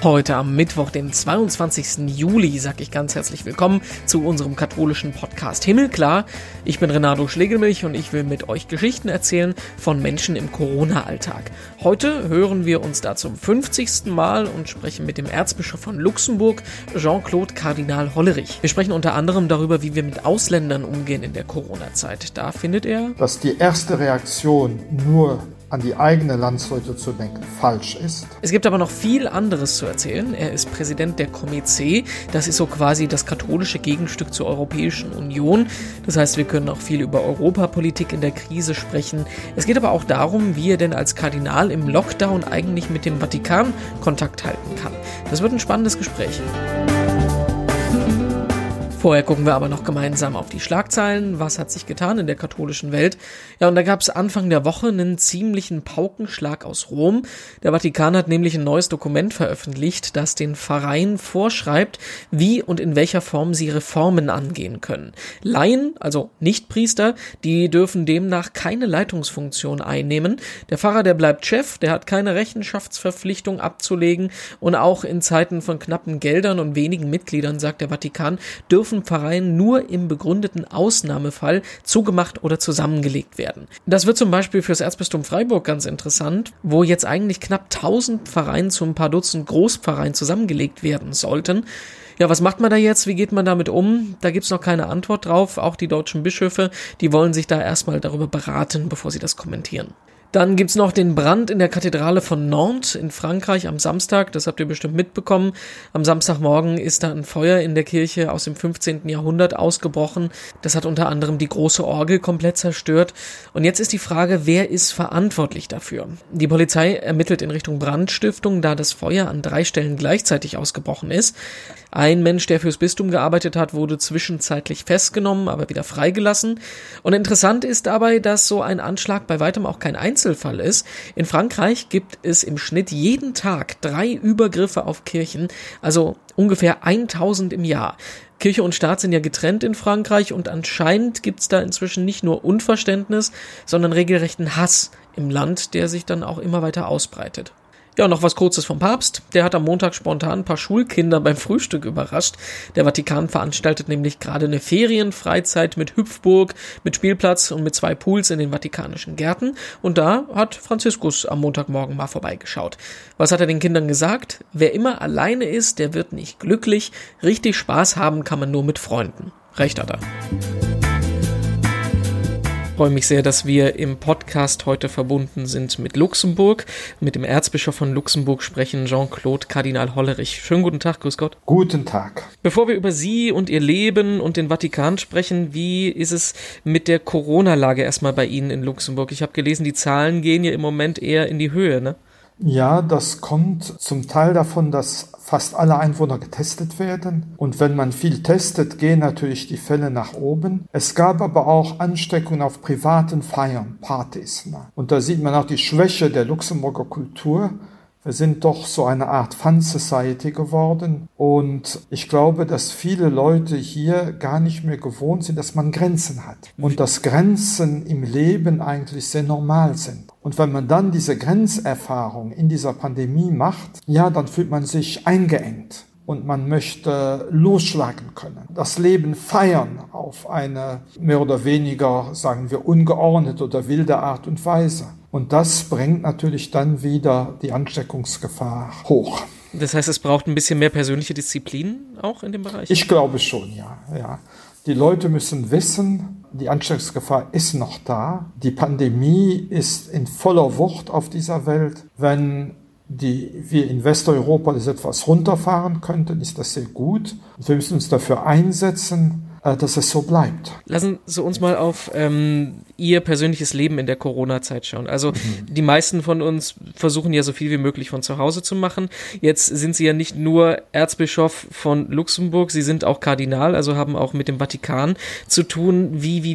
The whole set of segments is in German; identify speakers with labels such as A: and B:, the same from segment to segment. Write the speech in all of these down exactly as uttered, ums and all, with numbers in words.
A: Heute am Mittwoch, dem zweiundzwanzigsten Juli, sage ich ganz herzlich willkommen zu unserem katholischen Podcast Himmelklar. Ich bin Renato Schlegelmilch und ich will mit euch Geschichten erzählen von Menschen im Corona-Alltag. Heute hören wir uns da zum fünfzigsten Mal und sprechen mit dem Erzbischof von Luxemburg, Jean-Claude Kardinal Hollerich. Wir sprechen unter anderem darüber, wie wir mit Ausländern umgehen in der Corona-Zeit. Da findet er,
B: dass die erste Reaktion nur an die eigenen Landsleute zu denken, falsch ist.
A: Es gibt aber noch viel anderes zu erzählen. Er ist Präsident der Komitee. Das ist so quasi das katholische Gegenstück zur Europäischen Union. Das heißt, wir können auch viel über Europapolitik in der Krise sprechen. Es geht aber auch darum, wie er denn als Kardinal im Lockdown eigentlich mit dem Vatikan Kontakt halten kann. Das wird ein spannendes Gespräch. Vorher gucken wir aber noch gemeinsam auf die Schlagzeilen. Was hat sich getan in der katholischen Welt? Ja, und da gab es Anfang der Woche einen ziemlichen Paukenschlag aus Rom. Der Vatikan hat nämlich ein neues Dokument veröffentlicht, das den Pfarreien vorschreibt, wie und in welcher Form sie Reformen angehen können. Laien, also Nichtpriester, die dürfen demnach keine Leitungsfunktion einnehmen. Der Pfarrer, der bleibt Chef, der hat keine Rechenschaftsverpflichtung abzulegen. Und auch in Zeiten von knappen Geldern und wenigen Mitgliedern, sagt der Vatikan, dürfen Pfarreien nur im begründeten Ausnahmefall zugemacht oder zusammengelegt werden. Das wird zum Beispiel fürs Erzbistum Freiburg ganz interessant, wo jetzt eigentlich knapp tausend Pfarreien zu ein paar Dutzend Großpfarreien zusammengelegt werden sollten. Ja, was macht man da jetzt? Wie geht man damit um? Da gibt's noch keine Antwort drauf. Auch die deutschen Bischöfe, die wollen sich da erstmal darüber beraten, bevor sie das kommentieren. Dann gibt's noch den Brand in der Kathedrale von Nantes in Frankreich am Samstag. Das habt ihr bestimmt mitbekommen. Am Samstagmorgen ist da ein Feuer in der Kirche aus dem fünfzehnten Jahrhundert ausgebrochen. Das hat unter anderem die große Orgel komplett zerstört. Und jetzt ist die Frage, wer ist verantwortlich dafür? Die Polizei ermittelt in Richtung Brandstiftung, da das Feuer an drei Stellen gleichzeitig ausgebrochen ist. Ein Mensch, der fürs Bistum gearbeitet hat, wurde zwischenzeitlich festgenommen, aber wieder freigelassen. Und interessant ist dabei, dass so ein Anschlag bei weitem auch kein Einzelfall ist. In Frankreich gibt es im Schnitt jeden Tag drei Übergriffe auf Kirchen, also ungefähr tausend im Jahr. Kirche und Staat sind ja getrennt in Frankreich und anscheinend gibt's da inzwischen nicht nur Unverständnis, sondern regelrechten Hass im Land, der sich dann auch immer weiter ausbreitet. Ja, und noch was Kurzes vom Papst. Der hat am Montag spontan ein paar Schulkinder beim Frühstück überrascht. Der Vatikan veranstaltet nämlich gerade eine Ferienfreizeit mit Hüpfburg, mit Spielplatz und mit zwei Pools in den vatikanischen Gärten. Und da hat Franziskus am Montagmorgen mal vorbeigeschaut. Was hat er den Kindern gesagt? Wer immer alleine ist, der wird nicht glücklich. Richtig Spaß haben kann man nur mit Freunden. Recht hat er. Ich freue mich sehr, dass wir im Podcast heute verbunden sind mit Luxemburg. Mit dem Erzbischof von Luxemburg sprechen, Jean-Claude Kardinal Hollerich. Schönen guten Tag, grüß Gott.
B: Guten Tag.
A: Bevor wir über Sie und Ihr Leben und den Vatikan sprechen, wie ist es mit der Corona-Lage erstmal bei Ihnen in Luxemburg? Ich habe gelesen, die Zahlen gehen ja im Moment eher in die Höhe, ne?
B: Ja, das kommt zum Teil davon, dass fast alle Einwohner getestet werden. Und wenn man viel testet, gehen natürlich die Fälle nach oben. Es gab aber auch Ansteckungen auf privaten Feiern, Partys. Ne? Und da sieht man auch die Schwäche der Luxemburger Kultur. Wir sind doch so eine Art Fun-Society geworden. Und ich glaube, dass viele Leute hier gar nicht mehr gewohnt sind, dass man Grenzen hat. Und dass Grenzen im Leben eigentlich sehr normal sind. Und wenn man dann diese Grenzerfahrung in dieser Pandemie macht, ja, dann fühlt man sich eingeengt und man möchte losschlagen können. Das Leben feiern auf eine mehr oder weniger, sagen wir, ungeordnete oder wilde Art und Weise. Und das bringt natürlich dann wieder die Ansteckungsgefahr hoch.
A: Das heißt, es braucht ein bisschen mehr persönliche Disziplin auch in dem Bereich?
B: Ich glaube schon, ja, ja. Die Leute müssen wissen, die Ansteckungsgefahr ist noch da. Die Pandemie ist in voller Wucht auf dieser Welt. Wenn die, wir in Westeuropa das etwas runterfahren könnten, ist das sehr gut. Wir müssen uns dafür einsetzen, dass es so bleibt.
A: Lassen Sie uns mal auf ähm, Ihr persönliches Leben in der Corona-Zeit schauen. Also mhm. die meisten von uns versuchen ja so viel wie möglich von zu Hause zu machen. Jetzt sind Sie ja nicht nur Erzbischof von Luxemburg, Sie sind auch Kardinal, also haben auch mit dem Vatikan zu tun. Wie, wie, wie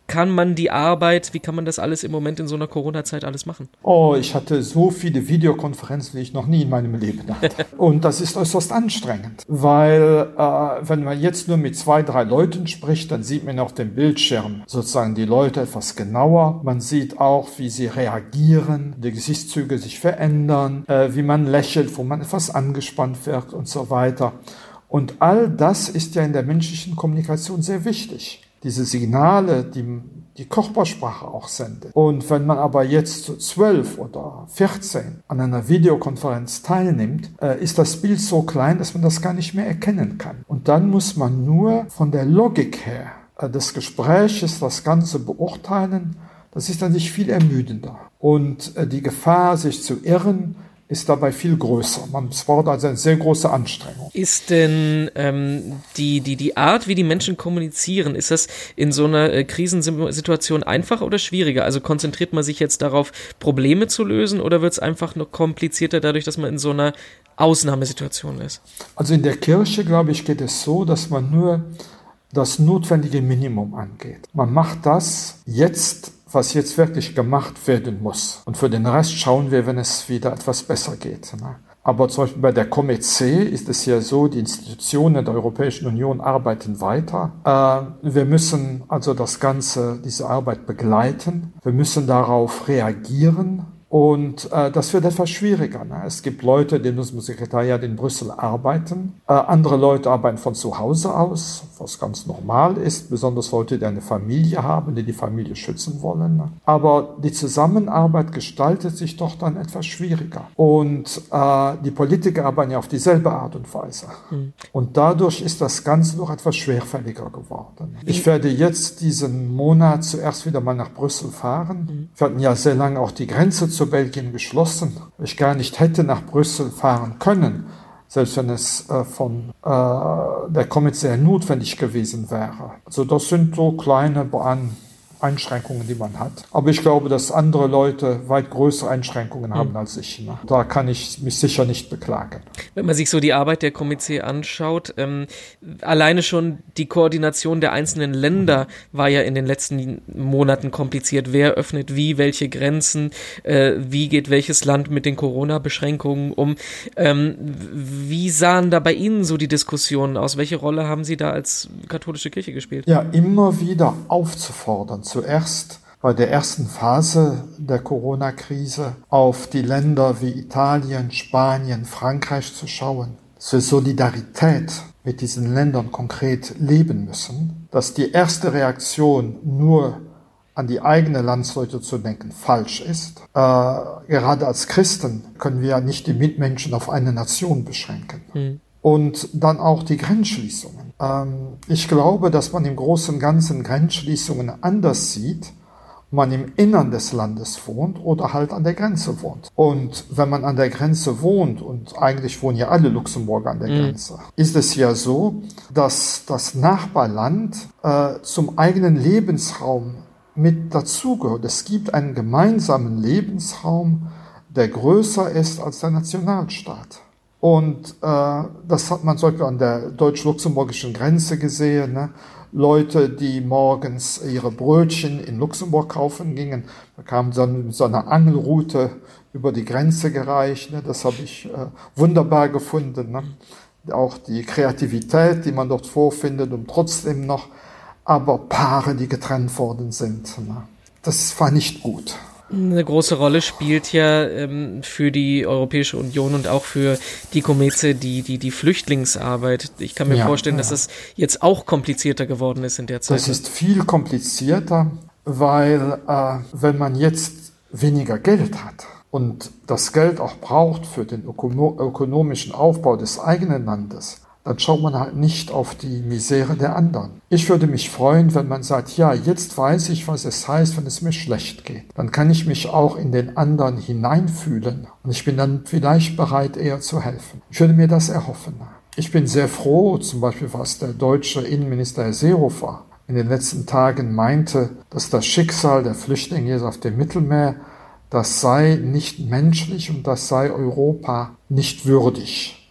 A: kann man die Arbeit, wie kann man das alles im Moment in so einer Corona-Zeit alles machen?
B: Oh, ich hatte so viele Videokonferenzen, wie ich noch nie in meinem Leben hatte. Und das ist äußerst anstrengend, weil äh, wenn man jetzt nur mit zwei, drei Leuten spricht, dann sieht man auf dem Bildschirm sozusagen die Leute etwas genauer. Man sieht auch, wie sie reagieren, die Gesichtszüge sich verändern, äh, wie man lächelt, wo man etwas angespannt wird und so weiter. Und all das ist ja in der menschlichen Kommunikation sehr wichtig. Diese Signale, die die Körpersprache auch sendet. Und wenn man aber jetzt zu zwölf oder vierzehn an einer Videokonferenz teilnimmt, äh, ist das Bild so klein, dass man das gar nicht mehr erkennen kann. Und dann muss man nur von der Logik her äh, des Gespräches das Ganze beurteilen. Das ist dann nicht viel ermüdender. Und äh, die Gefahr, sich zu irren, ist dabei viel größer. Man braucht also eine sehr große Anstrengung.
A: Ist denn ähm, die, die, die Art, wie die Menschen kommunizieren, ist das in so einer äh, Krisensituation einfacher oder schwieriger? Also konzentriert man sich jetzt darauf, Probleme zu lösen, oder wird es einfach noch komplizierter dadurch, dass man in so einer Ausnahmesituation ist?
B: Also in der Kirche, glaube ich, geht es so, dass man nur das notwendige Minimum angeht. Man macht das jetzt, was jetzt wirklich gemacht werden muss. Und für den Rest schauen wir, wenn es wieder etwas besser geht. Aber zum Beispiel bei der Komitee ist es ja so, die Institutionen der Europäischen Union arbeiten weiter. Wir müssen also das Ganze, diese Arbeit begleiten. Wir müssen darauf reagieren. Und äh, das wird etwas schwieriger. Ne? Es gibt Leute, die müssen im Sekretariat in Brüssel arbeiten. Äh, andere Leute arbeiten von zu Hause aus, was ganz normal ist. Besonders Leute, die eine Familie haben, die die Familie schützen wollen. Ne? Aber die Zusammenarbeit gestaltet sich doch dann etwas schwieriger. Und äh, die Politiker arbeiten ja auf dieselbe Art und Weise. Mhm. Und dadurch ist das Ganze noch etwas schwerfälliger geworden. Ich werde jetzt diesen Monat zuerst wieder mal nach Brüssel fahren. Mhm. Wir hatten ja sehr lange auch die Grenze zu Belgien geschlossen, weil ich gar nicht hätte nach Brüssel fahren können, selbst wenn es äh, von äh, der Komitee notwendig gewesen wäre. Also das sind so kleine Bahn Einschränkungen, die man hat. Aber ich glaube, dass andere Leute weit größere Einschränkungen haben mhm. als ich. Ne? Da kann ich mich sicher nicht beklagen.
A: Wenn man sich so die Arbeit der Komitee anschaut, ähm, alleine schon die Koordination der einzelnen Länder war ja in den letzten Monaten kompliziert. Wer öffnet wie, welche Grenzen, äh, wie geht welches Land mit den Corona-Beschränkungen um? Ähm, wie sahen da bei Ihnen so die Diskussionen aus? Welche Rolle haben Sie da als katholische Kirche gespielt?
B: Ja, immer wieder aufzufordern, zuerst bei der ersten Phase der Corona-Krise auf die Länder wie Italien, Spanien, Frankreich zu schauen, dass wir Solidarität mit diesen Ländern konkret leben müssen, dass die erste Reaktion nur an die eigenen Landsleute zu denken falsch ist. Äh, gerade als Christen können wir ja nicht die Mitmenschen auf eine Nation beschränken. Mhm. Und dann auch die Grenzschließungen. Ähm, ich glaube, dass man im Großen und Ganzen Grenzschließungen anders sieht, ob man im Innern des Landes wohnt oder halt an der Grenze wohnt. Und wenn man an der Grenze wohnt, und eigentlich wohnen ja alle Luxemburger an der mhm. Grenze, ist es ja so, dass das Nachbarland äh, zum eigenen Lebensraum mit dazugehört. Es gibt einen gemeinsamen Lebensraum, der größer ist als der Nationalstaat. Und äh, das hat man zum Beispiel an der deutsch-luxemburgischen Grenze gesehen. Ne? Leute, die morgens ihre Brötchen in Luxemburg kaufen gingen, bekamen dann so eine Angelroute über die Grenze gereicht. Ne? Das habe ich äh, wunderbar gefunden. Ne? Auch die Kreativität, die man dort vorfindet, und trotzdem noch aber Paare, die getrennt worden sind. Ne? Das war nicht gut.
A: Eine große Rolle spielt ja ähm, für die Europäische Union und auch für die Komitee die, die, die Flüchtlingsarbeit. Ich kann mir ja, vorstellen, ja. dass das jetzt auch komplizierter geworden ist in der Zeit.
B: Das ist viel komplizierter, weil äh, wenn man jetzt weniger Geld hat und das Geld auch braucht für den ökono- ökonomischen Aufbau des eigenen Landes, dann schaut man halt nicht auf die Misere der anderen. Ich würde mich freuen, wenn man sagt, ja, jetzt weiß ich, was es heißt, wenn es mir schlecht geht. Dann kann ich mich auch in den anderen hineinfühlen und ich bin dann vielleicht bereit, eher zu helfen. Ich würde mir das erhoffen. Ich bin sehr froh, zum Beispiel, was der deutsche Innenminister Herr Seehofer in den letzten Tagen meinte, dass das Schicksal der Flüchtlinge jetzt auf dem Mittelmeer, das sei nicht menschlich und das sei Europa nicht würdig.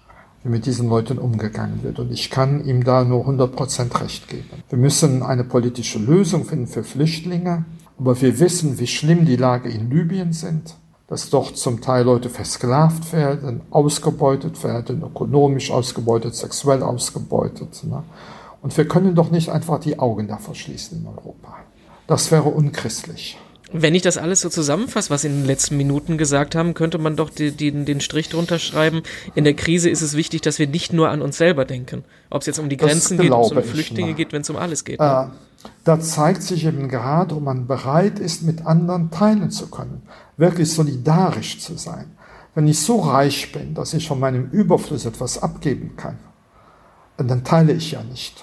B: wie mit diesen Leuten umgegangen wird. Und ich kann ihm da nur hundert Prozent recht geben. Wir müssen eine politische Lösung finden für Flüchtlinge, aber wir wissen, wie schlimm die Lage in Libyen sind, dass dort zum Teil Leute versklavt werden, ausgebeutet werden, ökonomisch ausgebeutet, sexuell ausgebeutet. Ne? Und wir können doch nicht einfach die Augen davor schließen in Europa. Das wäre unchristlich.
A: Wenn ich das alles so zusammenfasse, was Sie in den letzten Minuten gesagt haben, könnte man doch die, die, den Strich drunter schreiben. In der Krise ist es wichtig, dass wir nicht nur an uns selber denken. Ob es jetzt um die Grenzen geht, ob es um Flüchtlinge geht, wenn es um alles geht. Ne?
B: Äh, da zeigt sich eben gerade, ob man bereit ist, mit anderen teilen zu können. Wirklich solidarisch zu sein. Wenn ich so reich bin, dass ich von meinem Überfluss etwas abgeben kann, dann teile ich ja nicht.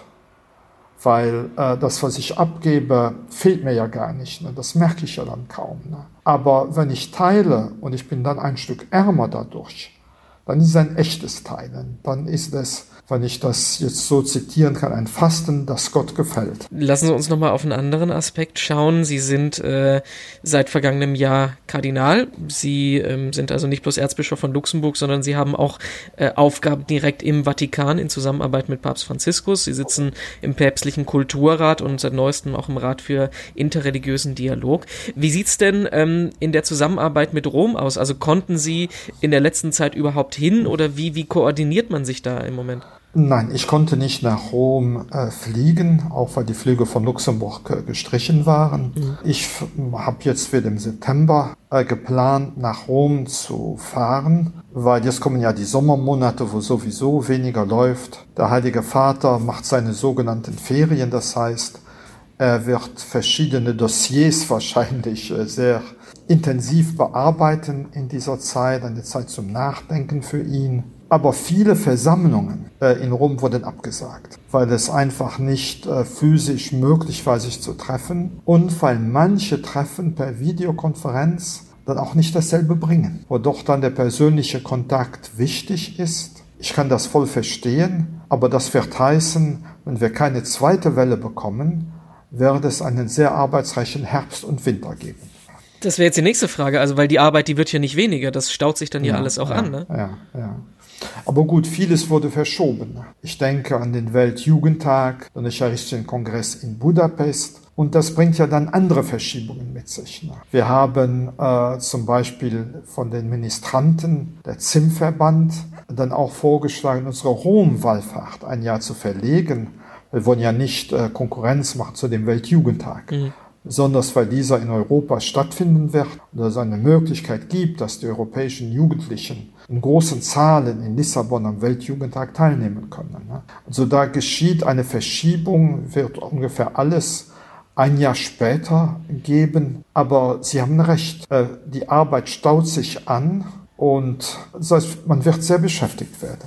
B: Weil äh, das, was ich abgebe, fehlt mir ja gar nicht. Ne? Das merke ich ja dann kaum. Ne? Aber wenn ich teile und ich bin dann ein Stück ärmer dadurch, dann ist es ein echtes Teilen. Dann ist es, wenn ich das jetzt so zitieren kann, ein Fasten, das Gott gefällt.
A: Lassen Sie uns nochmal auf einen anderen Aspekt schauen. Sie sind äh, seit vergangenem Jahr Kardinal. Sie ähm, sind also nicht bloß Erzbischof von Luxemburg, sondern Sie haben auch äh, Aufgaben direkt im Vatikan in Zusammenarbeit mit Papst Franziskus. Sie sitzen im päpstlichen Kulturrat und seit neuestem auch im Rat für interreligiösen Dialog. Wie sieht's denn ähm, in der Zusammenarbeit mit Rom aus? Also konnten Sie in der letzten Zeit überhaupt hin oder wie, wie koordiniert man sich da im Moment?
B: Nein, ich konnte nicht nach Rom äh, fliegen, auch weil die Flüge von Luxemburg äh, gestrichen waren. Mhm. Ich f- habe jetzt für den September äh, geplant, nach Rom zu fahren, weil jetzt kommen ja die Sommermonate, wo sowieso weniger läuft. Der Heilige Vater macht seine sogenannten Ferien, das heißt, er wird verschiedene Dossiers wahrscheinlich äh, sehr intensiv bearbeiten in dieser Zeit, eine Zeit zum Nachdenken für ihn. Aber viele Versammlungen äh, in Rom wurden abgesagt, weil es einfach nicht äh, physisch möglich war, sich zu treffen und weil manche Treffen per Videokonferenz dann auch nicht dasselbe bringen, wo doch dann der persönliche Kontakt wichtig ist. Ich kann das voll verstehen, aber das wird heißen, wenn wir keine zweite Welle bekommen, wird es einen sehr arbeitsreichen Herbst und Winter geben.
A: Das wäre jetzt die nächste Frage, also weil die Arbeit, die wird ja nicht weniger, das staut sich dann ja, ja alles auch
B: ja,
A: an, ne?
B: Ja, ja. Aber gut, vieles wurde verschoben. Ich denke an den Weltjugendtag, den Eucharistischen Kongress in Budapest. Und das bringt ja dann andere Verschiebungen mit sich. Wir haben äh, zum Beispiel von den Ministranten der Z I M-Verband dann auch vorgeschlagen, unsere Rom-Wallfahrt ein Jahr zu verlegen. Wir wollen ja nicht äh, Konkurrenz machen zu dem Weltjugendtag. Mhm. Besonders weil dieser in Europa stattfinden wird und es eine Möglichkeit gibt, dass die europäischen Jugendlichen in großen Zahlen in Lissabon am Weltjugendtag teilnehmen können. Also da geschieht eine Verschiebung, wird ungefähr alles ein Jahr später geben. Aber Sie haben recht, die Arbeit staut sich an und das heißt, man wird sehr beschäftigt werden.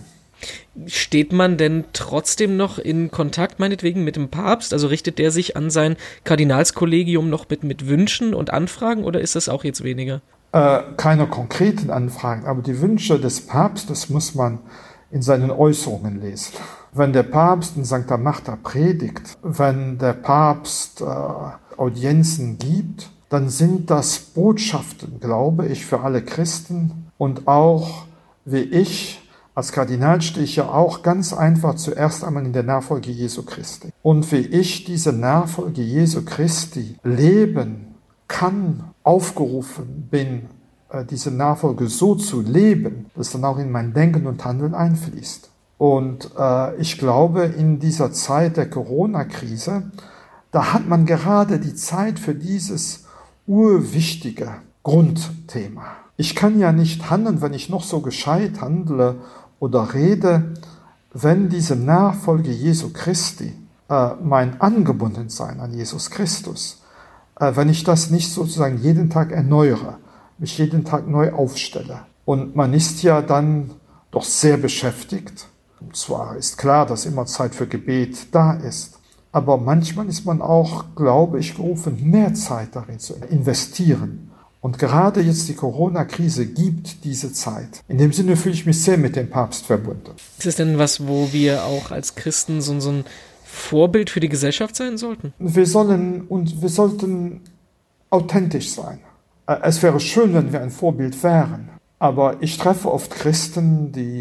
A: Steht man denn trotzdem noch in Kontakt, meinetwegen, mit dem Papst? Also richtet der sich an sein Kardinalskollegium noch mit, mit Wünschen und Anfragen oder ist das auch jetzt weniger?
B: Äh, keine konkreten Anfragen, aber die Wünsche des Papstes muss man in seinen Äußerungen lesen. Wenn der Papst in Sancta Marta predigt, wenn der Papst äh, Audienzen gibt, dann sind das Botschaften, glaube ich, für alle Christen und auch, wie ich, als Kardinal stehe ich ja auch ganz einfach zuerst einmal in der Nachfolge Jesu Christi. Und wie ich diese Nachfolge Jesu Christi leben kann, aufgerufen bin, diese Nachfolge so zu leben, dass dann auch in mein Denken und Handeln einfließt. Und äh, ich glaube, in dieser Zeit der Corona-Krise, da hat man gerade die Zeit für dieses urwichtige Grundthema. Ich kann ja nicht handeln, wenn ich noch so gescheit handle oder rede, wenn diese Nachfolge Jesu Christi, äh, mein Angebundensein an Jesus Christus, äh, wenn ich das nicht sozusagen jeden Tag erneuere, mich jeden Tag neu aufstelle. Und man ist ja dann doch sehr beschäftigt. Und zwar ist klar, dass immer Zeit für Gebet da ist. Aber manchmal ist man auch, glaube ich, gerufen, mehr Zeit darin zu investieren. Und gerade jetzt die Corona-Krise gibt diese Zeit. In dem Sinne fühle ich mich sehr mit dem Papst verbunden.
A: Ist das denn was, wo wir auch als Christen so, so ein Vorbild für die Gesellschaft sein sollten?
B: Wir sollen und wir sollten authentisch sein. Es wäre schön, wenn wir ein Vorbild wären. Aber ich treffe oft Christen, die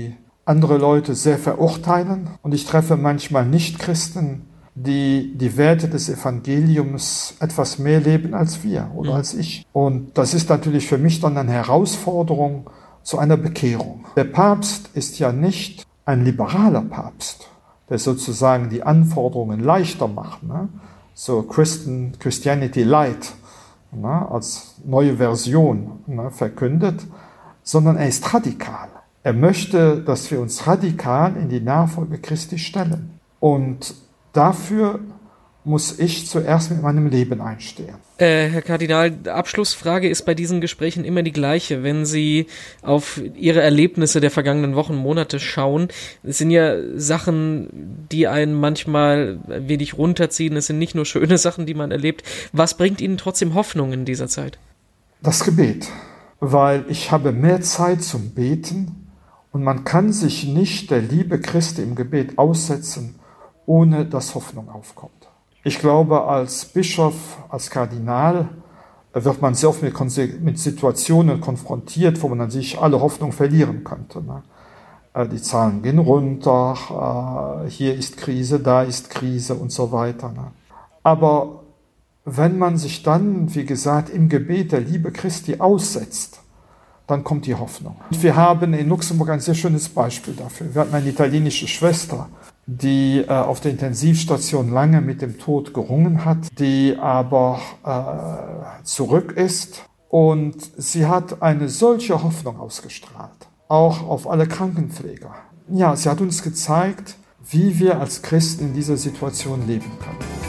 B: andere Leute sehr verurteilen. Und ich treffe manchmal Nichtchristen, die die Werte des Evangeliums etwas mehr leben als wir oder mhm. als ich. Und das ist natürlich für mich dann eine Herausforderung zu einer Bekehrung. Der Papst ist ja nicht ein liberaler Papst, der sozusagen die Anforderungen leichter macht, ne? So Christen, Christianity Light, ne? Als neue Version, ne? Verkündet, sondern er ist radikal. Er möchte, dass wir uns radikal in die Nachfolge Christi stellen. Und dafür muss ich zuerst mit meinem Leben einstehen.
A: Äh, Herr Kardinal, Abschlussfrage ist bei diesen Gesprächen immer die gleiche. Wenn Sie auf Ihre Erlebnisse der vergangenen Wochen, Monate schauen, es sind ja Sachen, die einen manchmal ein wenig runterziehen. Es sind nicht nur schöne Sachen, die man erlebt. Was bringt Ihnen trotzdem Hoffnung in dieser Zeit?
B: Das Gebet, weil ich habe mehr Zeit zum Beten und man kann sich nicht der Liebe Christi im Gebet aussetzen, ohne dass Hoffnung aufkommt. Ich glaube, als Bischof, als Kardinal wird man sehr oft mit, mit Situationen konfrontiert, wo man an sich alle Hoffnung verlieren könnte. Ne? Die Zahlen gehen runter, hier ist Krise, da ist Krise und so weiter. Ne? Aber wenn man sich dann, wie gesagt, im Gebet der Liebe Christi aussetzt, dann kommt die Hoffnung. Wir haben in Luxemburg ein sehr schönes Beispiel dafür. Wir hatten eine italienische Schwester, die äh, auf der Intensivstation lange mit dem Tod gerungen hat, die aber äh, zurück ist. Und sie hat eine solche Hoffnung ausgestrahlt, auch auf alle Krankenpfleger. Ja, sie hat uns gezeigt, wie wir als Christen in dieser Situation leben können.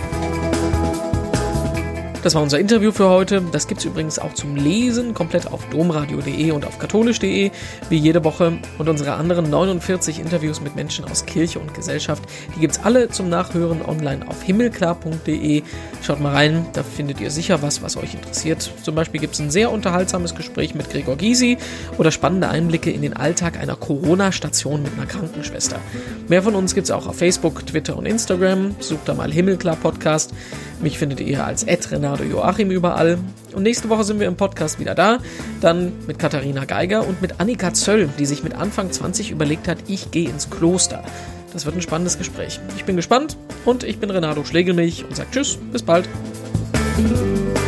A: Das war unser Interview für heute. Das gibt's übrigens auch zum Lesen komplett auf domradio punkt de und auf katholisch punkt de, wie jede Woche. Und unsere anderen neunundvierzig Interviews mit Menschen aus Kirche und Gesellschaft, die gibt's alle zum Nachhören online auf himmelklar punkt de. Schaut mal rein, da findet ihr sicher was, was euch interessiert. Zum Beispiel gibt's ein sehr unterhaltsames Gespräch mit Gregor Gysi oder spannende Einblicke in den Alltag einer Corona-Station mit einer Krankenschwester. Mehr von uns gibt's auch auf Facebook, Twitter und Instagram. Sucht da mal Himmelklar Podcast. Mich findet ihr als at Renato Joachim überall. Und nächste Woche sind wir im Podcast wieder da. Dann mit Katharina Geiger und mit Annika Zöll, die sich mit Anfang zwanzig überlegt hat, ich gehe ins Kloster. Das wird ein spannendes Gespräch. Ich bin gespannt und ich bin Renato Schlegelmilch und sage Tschüss, bis bald.